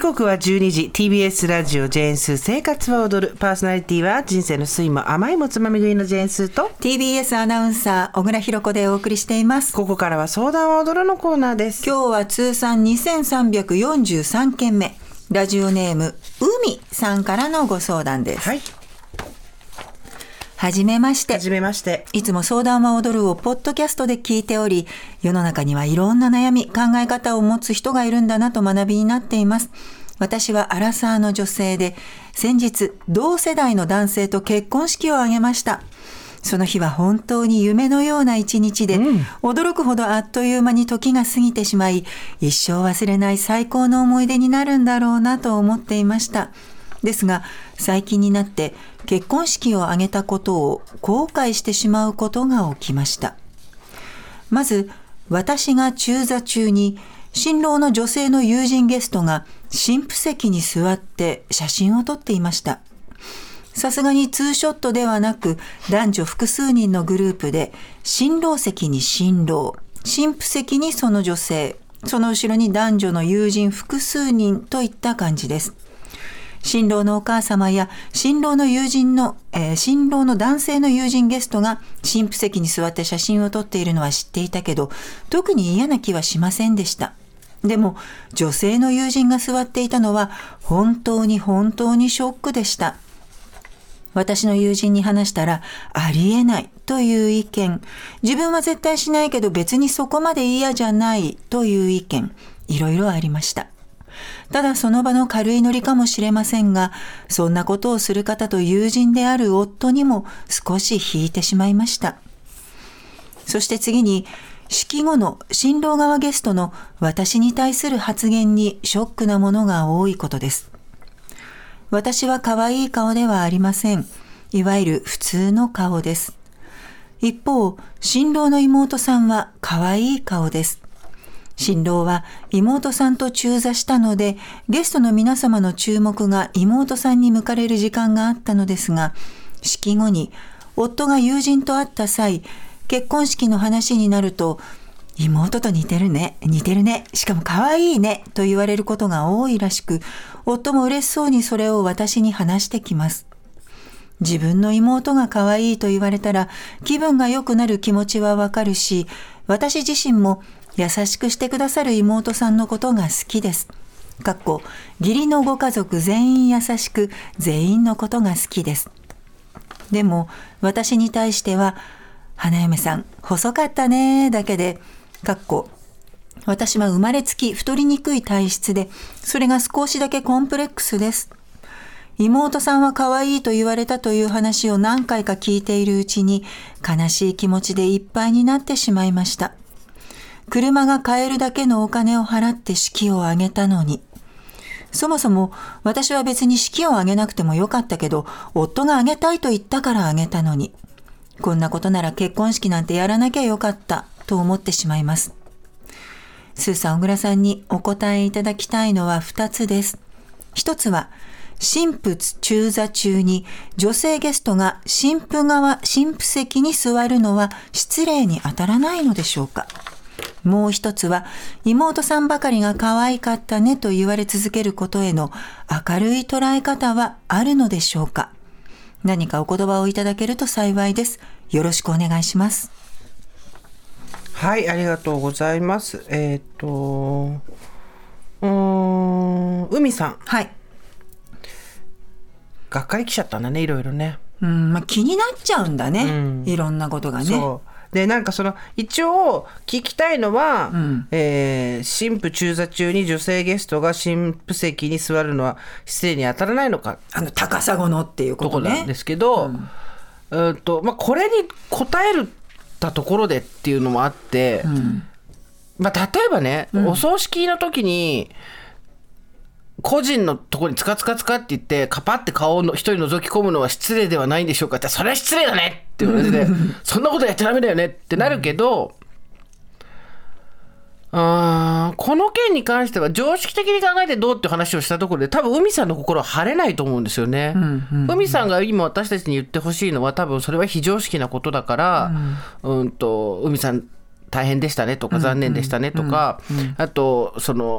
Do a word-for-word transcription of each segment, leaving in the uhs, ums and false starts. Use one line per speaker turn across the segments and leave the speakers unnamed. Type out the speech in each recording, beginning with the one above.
刻はじゅうにじ ティービーエス ラジオジェーンスー生活は踊る。パーソナリティは人生の酸いも甘いもつまみ食いのジェーンスーと
ティービーエス アナウンサー小倉弘子でお送りしています。
ここからは相談は踊るのコーナーです。
今日は通算にせんさんびゃくよんじゅうさんけんめ、ラジオネーム海さんからのご相談です。
はい、
はじめまして。
はじめまして。
いつも相談は踊るをポッドキャストで聞いており、世の中にはいろんな悩み、考え方を持つ人がいるんだなと学びになっています。私はアラサーの女性で、先日同世代の男性と結婚式を挙げました。その日は本当に夢のような一日で、うん、驚くほどあっという間に時が過ぎてしまい、一生忘れない最高の思い出になるんだろうなと思っていました。ですが最近になって結婚式を挙げたことを後悔してしまうことが起きました。まず私が中座中に新郎の女性の友人ゲストが新婦席に座って写真を撮っていました。さすがにツーショットではなく男女複数人のグループで、新郎席に新郎、新婦席にその女性、その後ろに男女の友人複数人といった感じです。新郎のお母様や新郎の友人の、えー、新郎の男性の友人ゲストが新婦席に座って写真を撮っているのは知っていたけど、特に嫌な気はしませんでした。でも女性の友人が座っていたのは本当に本当にショックでした。私の友人に話したら、ありえないという意見、自分は絶対しないけど別にそこまで嫌じゃないという意見、いろいろありました。ただその場の軽いノリかもしれませんが、そんなことをする方と友人である夫にも少し引いてしまいました。そして次に、式後の新郎側ゲストの私に対する発言にショックなものが多いことです。私は可愛い顔ではありません。いわゆる普通の顔です。一方、新郎の妹さんは可愛い顔です。新郎は妹さんと中座したので、ゲストの皆様の注目が妹さんに向かれる時間があったのですが、式後に夫が友人と会った際、結婚式の話になると、妹と似てるね、似てるね、しかも可愛いねと言われることが多いらしく、夫も嬉しそうにそれを私に話してきます。自分の妹が可愛いと言われたら気分が良くなる気持ちはわかるし、私自身も優しくしてくださる妹さんのことが好きです。かっこ義理のご家族全員優しく、全員のことが好きです。でも私に対しては、花嫁さん細かったねだけで、かっこ私は生まれつき太りにくい体質で、それが少しだけコンプレックスです。妹さんは可愛いと言われたという話を何回か聞いているうちに、悲しい気持ちでいっぱいになってしまいました。車が買えるだけのお金を払って式を挙げたのに、そもそも私は別に式を挙げなくてもよかったけど、夫が挙げたいと言ったから挙げたのに、こんなことなら結婚式なんてやらなきゃよかったと思ってしまいます。スーさん、小倉さんにお答えいただきたいのはふたつです。ひとつは、新婦中座中に女性ゲストが新婦側、新婦席に座るのは失礼に当たらないのでしょうか。もう一つは、妹さんばかりが可愛かったねと言われ続けることへの明るい捉え方はあるのでしょうか。何かお言葉をいただけると幸いです。よろしくお願いします。
はい、ありがとうございます。えっと、うーん、海さん。
はい。
がっかりきちゃったんだね、いろいろね。
うん、まあ、気になっちゃうんだね、うん、いろんなことがね。
そうで、なんかその一応聞きたいのは、うん、えー、新婦中座中に女性ゲストが新婦席に座るのは失礼に当たらないのか、
あの高砂のっていうことね。
とこなんですけど、うんうんとまあ、これに答えるたところでっていうのもあって、うん、まあ、例えばね、うん、お葬式の時に個人のところにつかつかつかって言ってカパって顔を一人覗き込むのは失礼ではないんでしょうかって、それは失礼だねって言われてそんなことやっちゃダメだよねってなるけど、あこの件に関しては常識的に考えてどうって話をしたところで多分海さんの心は晴れないと思うんですよね、うんうんうん、海さんが今私たちに言ってほしいのは多分それは非常識なことだから、うんうんと海さん大変でしたねとか残念でしたねとか、うんうんうん、あとその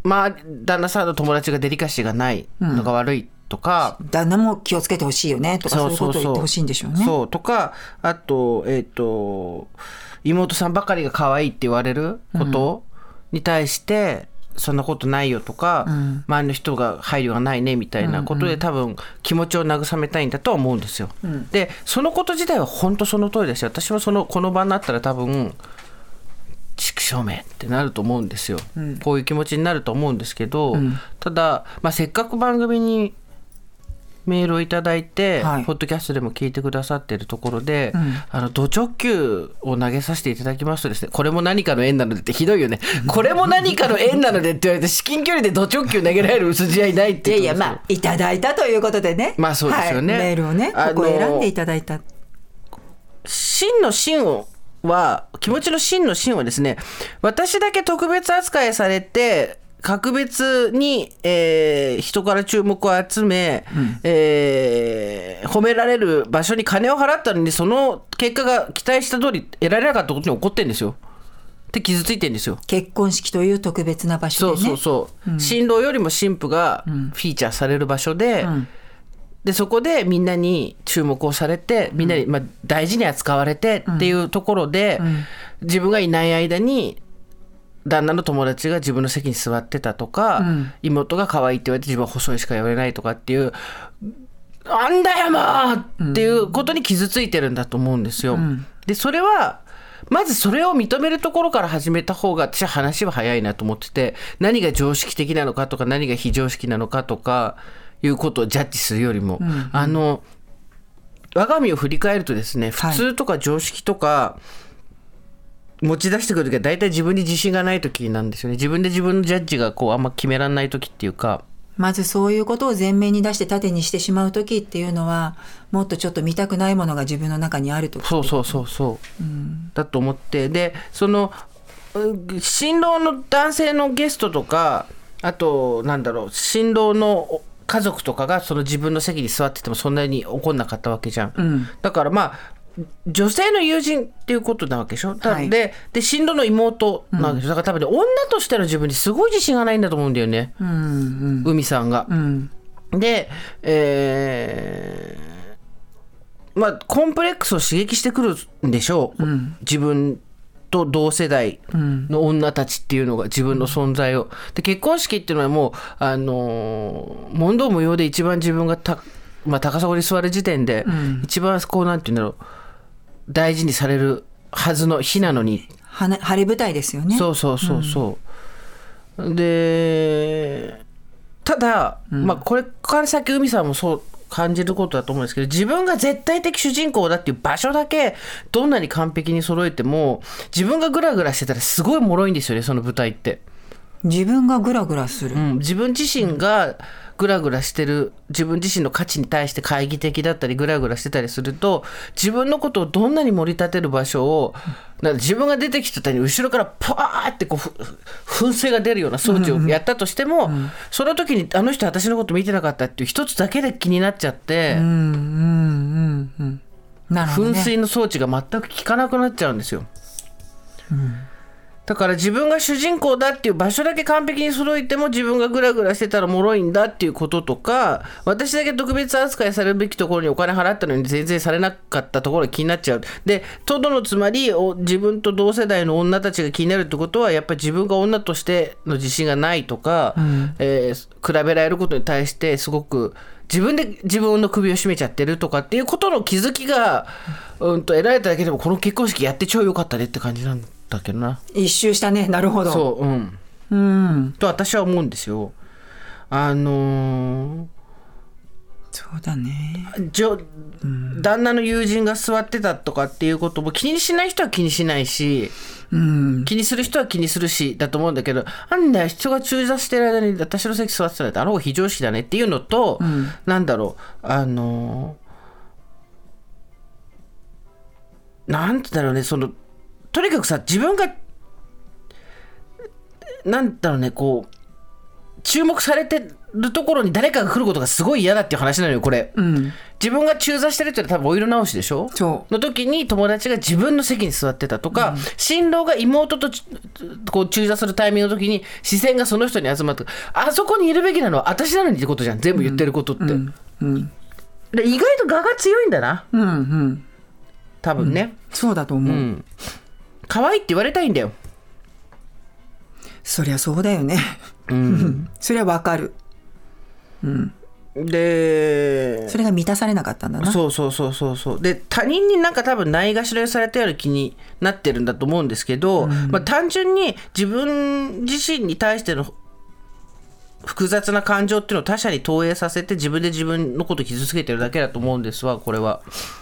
まあ旦那さんの友達がデリカシーがないのが悪いとか、
うん、旦那も気をつけてほしいよねとか、そういうことを言ってほしいんでしょうね。
そうとか、あとえっ、ー、と妹さんばかりが可愛いって言われることに対して、うん、そんなことないよとか、うん、周りの人が配慮がないねみたいなことで多分気持ちを慰めたいんだとは思うんですよ、うん、でそのこと自体は本当その通りですよ。私もそのこの場になったら多分畜生めってなると思うんですよ、うん、こういう気持ちになると思うんですけど、うん、ただ、まあ、せっかく番組にメールをいただいて、はい、ポッドキャストでも聞いてくださっているところで、うん、あのド直球を投げさせていただきますとですね、これも何かの縁なのでってひどいよねこれも何かの縁なのでって言われて至近距離でド直球投げられる筋合いないって言ってますよ。いやいや、まあ
いただいたということでね、
まあそうですよね、
はい、メールをねここを選んでいただいた。
真の真をは気持ちの真の真はですね、私だけ特別扱いされて格別に、えー、人から注目を集め、うんえー、褒められる場所に金を払ったのにその結果が期待した通り得られなかったことに怒ってるんですよって傷ついてるんですよ。
結婚式という特別な場所でね、
そうそうそう、うん、新郎よりも新婦がフィーチャーされる場所で、うん、でそこでみんなに注目をされてみんなに、まあ、大事に扱われてっていうところで、うんうん、自分がいない間に旦那の友達が自分の席に座ってたとか、うん、妹が可愛いって言われて自分は細いしか言われないとかっていうなんだよもうっていうことに傷ついてるんだと思うんですよ、うん、でそれはまずそれを認めるところから始めた方が私は話は早いなと思ってて、何が常識的なのかとか何が非常識なのかとかいうことをジャッジするよりも、うんうん、あの我が身を振り返るとですね、普通とか常識とか、はい、持ち出してくるときは大体自分に自信がないときなんですよね。自分で自分のジャッジがこうあんま決められないときっていうか、
まずそういうことを前面に出して盾にしてしまうときっていうのはもっとちょっと見たくないものが自分の中にあるとき、
そうそうそうそう、うん、だと思って、でその新郎の男性のゲストとか、あとなんだろう、新郎の家族とかがその自分の席に座っててもそんなに怒んなかったわけじゃん、うん、だからまあ女性の友人っていうことなわけでしょ、はい、で, で新郎の妹なわけでしょ、だから多分ね、女としての自分にすごい自信がないんだと思うんだよね、うんうん、海さんが、うん、で、えー、まあコンプレックスを刺激してくるんでしょう、うん、自分と同世代の女たちっていうのが自分の存在を、で結婚式っていうのはもうあのー、問答無用で一番自分がた、まあ、高砂に座る時点で、うん、一番こうなんていうんだろう、大事にされるはずの日なのに、
晴れ舞台ですよね。
そうそうそうそう、うん、でただ、うん、まあ、これから先海さんもそう感じることだと思うんですけど、自分が絶対的主人公だっていう場所だけどんなに完璧に揃えても自分がグラグラしてたらすごい脆いんですよね、その舞台って。
自分がグラグラする、
うん、自分自身がグラグラしてる、自分自身の価値に対して懐疑的だったりグラグラしてたりすると、自分のことをどんなに盛り立てる場所を、なんか自分が出てきた時に後ろからパーってこう噴水が出るような装置をやったとしても、うんうん、その時にあの人私のこと見てなかったっていう一つだけで気になっちゃって、うんうんうんうん、なるほどね、噴水の装置が全く効かなくなっちゃうんですよ、うん、だから自分が主人公だっていう場所だけ完璧に揃えても自分がグラグラしてたら脆いんだっていうこととか、私だけ特別扱いされるべきところにお金払ったのに全然されなかったところが気になっちゃう。でとどのつまり自分と同世代の女たちが気になるってことはやっぱり自分が女としての自信がないとか、うんえー、比べられることに対してすごく自分で自分の首を絞めちゃってるとかっていうことの気づきが、うん、と得られただけでもこの結婚式やって超良かったねって感じなんだけどな。
一周したね。なるほど。
そう、うん、うん、と私は思うんですよ。あのー、
そうだね、
うん、旦那の友人が座ってたとかっていうことも気にしない人は気にしないし、うん、気にする人は気にするしだと思うんだけど、なんだよ人が中座してる間に私の席座ってたらあの方が非常識だねっていうのと、うん、なんだろう、あのー、なんてだろうね、そのとにかくさ、自分がなんだろうね、こう注目されてるところに誰かが来ることがすごい嫌だっていう話なのよこれ、うん、自分が中座してるってのは多分お色直しでしょ。そうの時に友達が自分の席に座ってたとか、うん、新郎が妹とこう中座するタイミングの時に視線がその人に集まって、あそこにいるべきなのは私なのにってことじゃん、全部言ってることって、うんうんうん、で意外と我が強いんだな、うんうん、多分ね、
うん、そうだと思う、うん、
可愛いって言われたいんだよ。
そりゃそうだよね、うん、そりゃわかる、うん、でそれが満たされなかったんだな。
そうそうそうそうそう。で他人になんか多分ないがしろにされたような気になってるんだと思うんですけど、うん、まあ、単純に自分自身に対しての複雑な感情っていうのを他者に投影させて自分で自分のことを傷つけてるだけだと思うんですわこれは。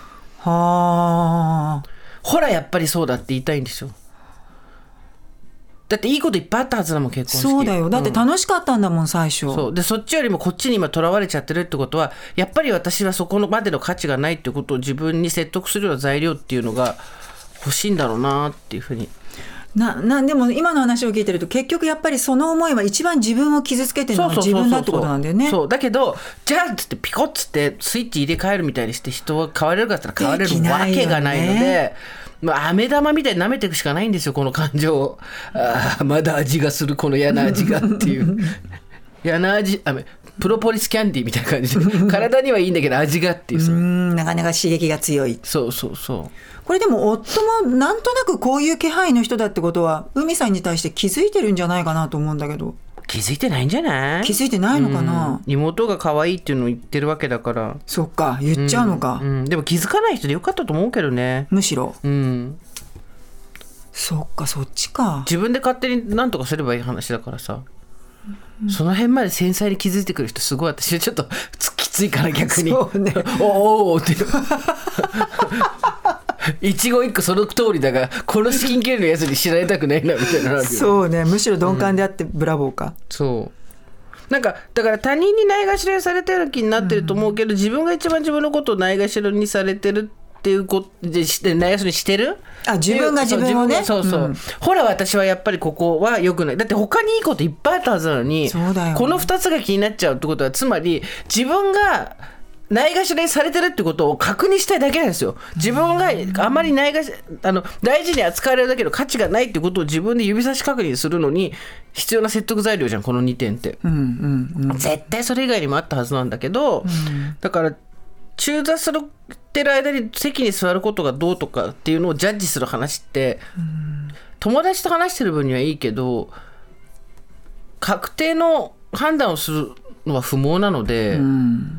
はあ。ほらやっぱりそうだって言いたいんですよ。だっていいこといっぱいあったはずだもん結婚式。
そうだよ、だって楽しかったんだもん、うん、最初。
そうでそっちよりもこっちに今とらわれちゃってるってことはやっぱり私はそこまでの価値がないってことを自分に説得するような材料っていうのが欲しいんだろうなっていうふうに
ななでも今の話を聞いてると結局やっぱりその思いは一番自分を傷つけてるのは自分だってことなんだよね。
そうだけどじゃあっつってピコッつってスイッチ入れ替えるみたいにして人は変われるかって言ったら変われるわけがないので、まあ、飴玉みたいに舐めていくしかないんですよこの感情を。あまだ味がするこの嫌な味がっていう嫌な味あプロポリスキャンディーみたいな感じで体にはいいんだけど味がっていう、
うんなかなか刺激が強い。
そうそうそう。
これでも夫もなんとなくこういう気配の人だってことは海さんに対して気づいてるんじゃないかなと思うんだけど。
気づいてないんじゃない？
気づいてないのかな、
うん、妹が可愛いっていうのを言ってるわけだから。
そっか言っちゃうのか、
うんうん、でも気づかない人でよかったと思うけどね
むしろ、
うん、
そっかそっちか。
自分で勝手に何とかすればいい話だからさ、うん、その辺まで繊細に気づいてくる人すごい私ちょっときついから逆に
そうね
おおって一語一句その通りだがこの至近距離のやつに知られたくないなみたいな
そうねむしろ鈍感であってブラボーか、うん、
そうなんかだから他人にないがしろにされてる気になってると思うけど、うん、自分が一番自分のことをないがしろにされてるっていうことでしてないがしろにしてる
あ自分が自分をね
そうそう、うん、ほら私はやっぱりここは良くないだって他にいいこといっぱいあったはずなのに
そうだよ、ね、
このふたつが気になっちゃうってことはつまり自分がないがしろにされてるってことを確認したいだけなんですよ。自分があまりないがしあの大事に扱われるだけの価値がないってことを自分で指差し確認するのに必要な説得材料じゃんこのにてんって、うんうんうん、絶対それ以外にもあったはずなんだけど、うん、だから中座するってる間に席に座ることがどうとかっていうのをジャッジする話って、うん、友達と話してる分にはいいけど確定の判断をするのは不毛なので、うん、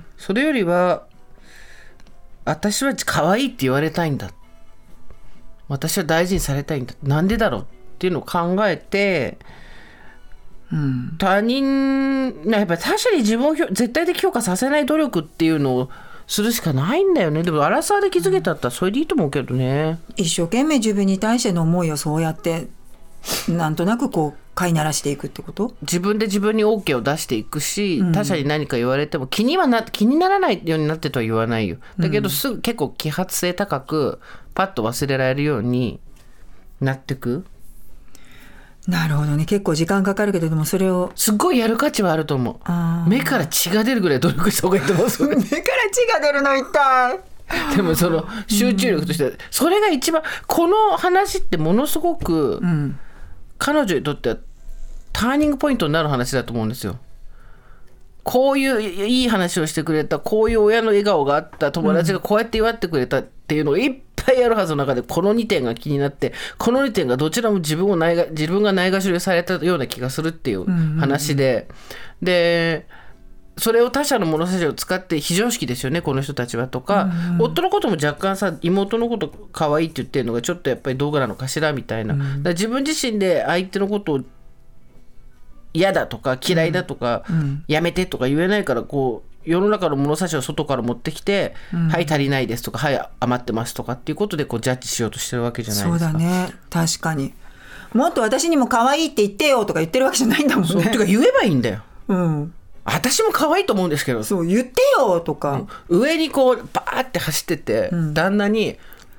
それよりは私は可愛いって言われたいんだ私は大事にされたいんだなんでだろうっていうのを考えて、うん、他人やっぱり他者に自分を絶対的評価させない努力っていうのをするしかないんだよね。でもアラサーで気づけたったらそれでいいと思うけどね。
一生懸命自分に対しての思いをそうやってなんとなくこう飼いならしていくってこと。
自分で自分に OK を出していくし、うん、他者に何か言われても気にはな気にならないようになってとは言わないよ。だけどすぐ結構揮発性高くパッと忘れられるようになってく。
なるほどね。結構時間かかるけどでもそれを
すっごいやる価値はあると思う。目から血が出るぐらい努力した方がいいと思う
目から血が出るの痛い
でもその集中力として、うん、それが一番この話ってものすごく、うん、彼女にとってはターニングポイントになる話だと思うんですよ。こういういい話をしてくれたこういう親の笑顔があった友達がこうやって祝ってくれたっていうのをいっぱいあるはずの中でこのにてんが気になってこのにてんがどちらも自分をないが自分がないがしろにされたような気がするっていう話で、うんうんうん、でそれを他者の物差しを使って非常識ですよねこの人たちはとか、うんうん、夫のことも若干さ妹のこと可愛いって言ってるのがちょっとやっぱりどうかなのかしらみたいな、うん、だから自分自身で相手のことを嫌だとか嫌いだとか、うん、やめてとか言えないからこう世の中の物差しを外から持ってきて、うん、はい足りないですとかはい余ってますとかっていうことでこうジャッジしようとしてるわけじゃないですか。
そうだね確かにもっと私にも可愛いって言ってよとか言ってるわけじゃないんだもんね。
そうてか言えばいいんだよ、
うん、
私も可愛いと思うんですけど
そう言ってよとか、
うん、上にこうバーって走ってて、うん、旦那に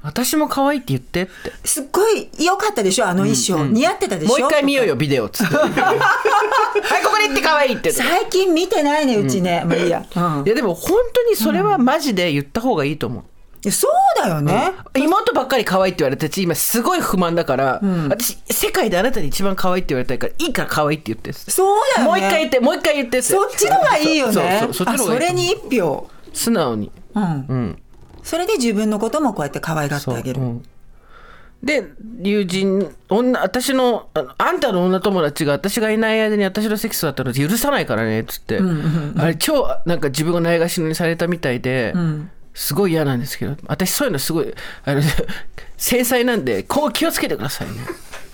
私も可愛いって言ってって。
すっごい良かったでしょあの衣装、うんうん、似合ってたでしょ。
もう一回見ようよビデオっつってはいここで言って可愛いって
最近見てないねうちね、うん、もういいや、
うん、いやでも本当にそれはマジで言った方がいいと思う、
うん、そうだよね、
うん、妹ばっかり可愛いって言われて今すごい不満だから、うん、私世界であなたに一番可愛いって言われたいからいいから可愛いって言って。
そうだよね。
もう一回言ってもう一回言ってって。
そっちのがいいよね。
そうそうそっちのがいい。
あそれに一票
素直に、
うんうん、それで自分のこともこうやって可愛がってあげる。
で友人女私の あ, あんたの女友達が私がいない間に私のセックスだったの許さないからねっつって、うんうんうん、あれ超なんか自分がないがしろにされたみたいで、うん、すごい嫌なんですけど私そういうのすごいあの繊細なんでこう気をつけてくださいね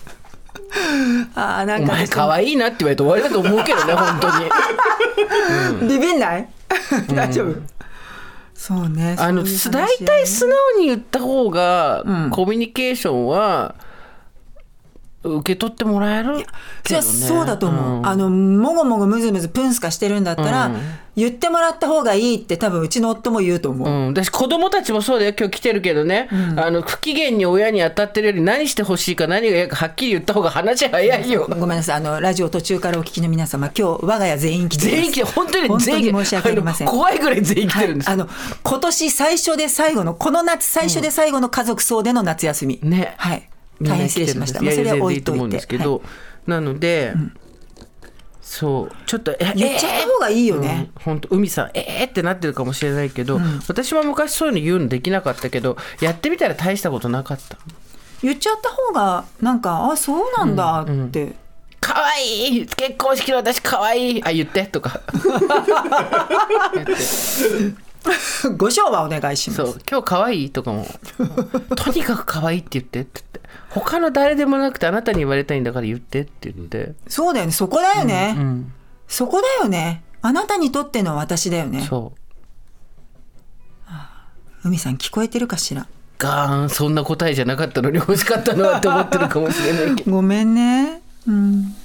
あなんかお
前可愛いなって言われて終わりだと思うけどね本当に、
うん、ビビんない大丈夫、うんそうね、
あの大体素直に言った方が、うん、コミュニケーションは受け取ってもらえるけどね。
そうだと思う、うん、あのもごもごむずむずプンスカしてるんだったら、うん、言ってもらった方がいいって多分うちの夫も言うと思う、うん、
私子供たちもそうだよ今日来てるけどね、うん、あの不機嫌に親に当たってるより何してほしいか何が嫌かはっきり言った方が話早いよ。
ごめんなさいあのラジオ途中からお聞きの皆様今日我が家全員来てます。
全員来て本当に全員
本当に申し訳ありません。
怖いぐらい全員来てるんです、
はい、あの今年最初で最後のこの夏最初で最後の家族総での夏休み、
うん、ね
はい大変失礼しました。まあ、それは置いといて。いい
はい、なので、うん、そうちょっと
言っちゃった方がいいよね。
本当、うん、海さんえーってなってるかもしれないけど、うん、私は昔そういうの言うのできなかったけどやってみたら大したことなかった。
言っちゃった方がなんかあそうなんだって、うんうん、
かわいい結婚式の私かわいいあ言ってとか言って
ご賞はお願いします。
そう今日かわいいとかもとにかくかわいいって言ってって言って他の誰でもなくてあなたに言われたいんだから言ってって言って、
そうだよねそこだよね、うんうん、そこだよねあなたにとっての私だよね。
そう、
はあ、海さん聞こえてるかしら。
ガーンそんな答えじゃなかったのに欲しかったのはって思ってるかもしれないけど
ごめんね、うん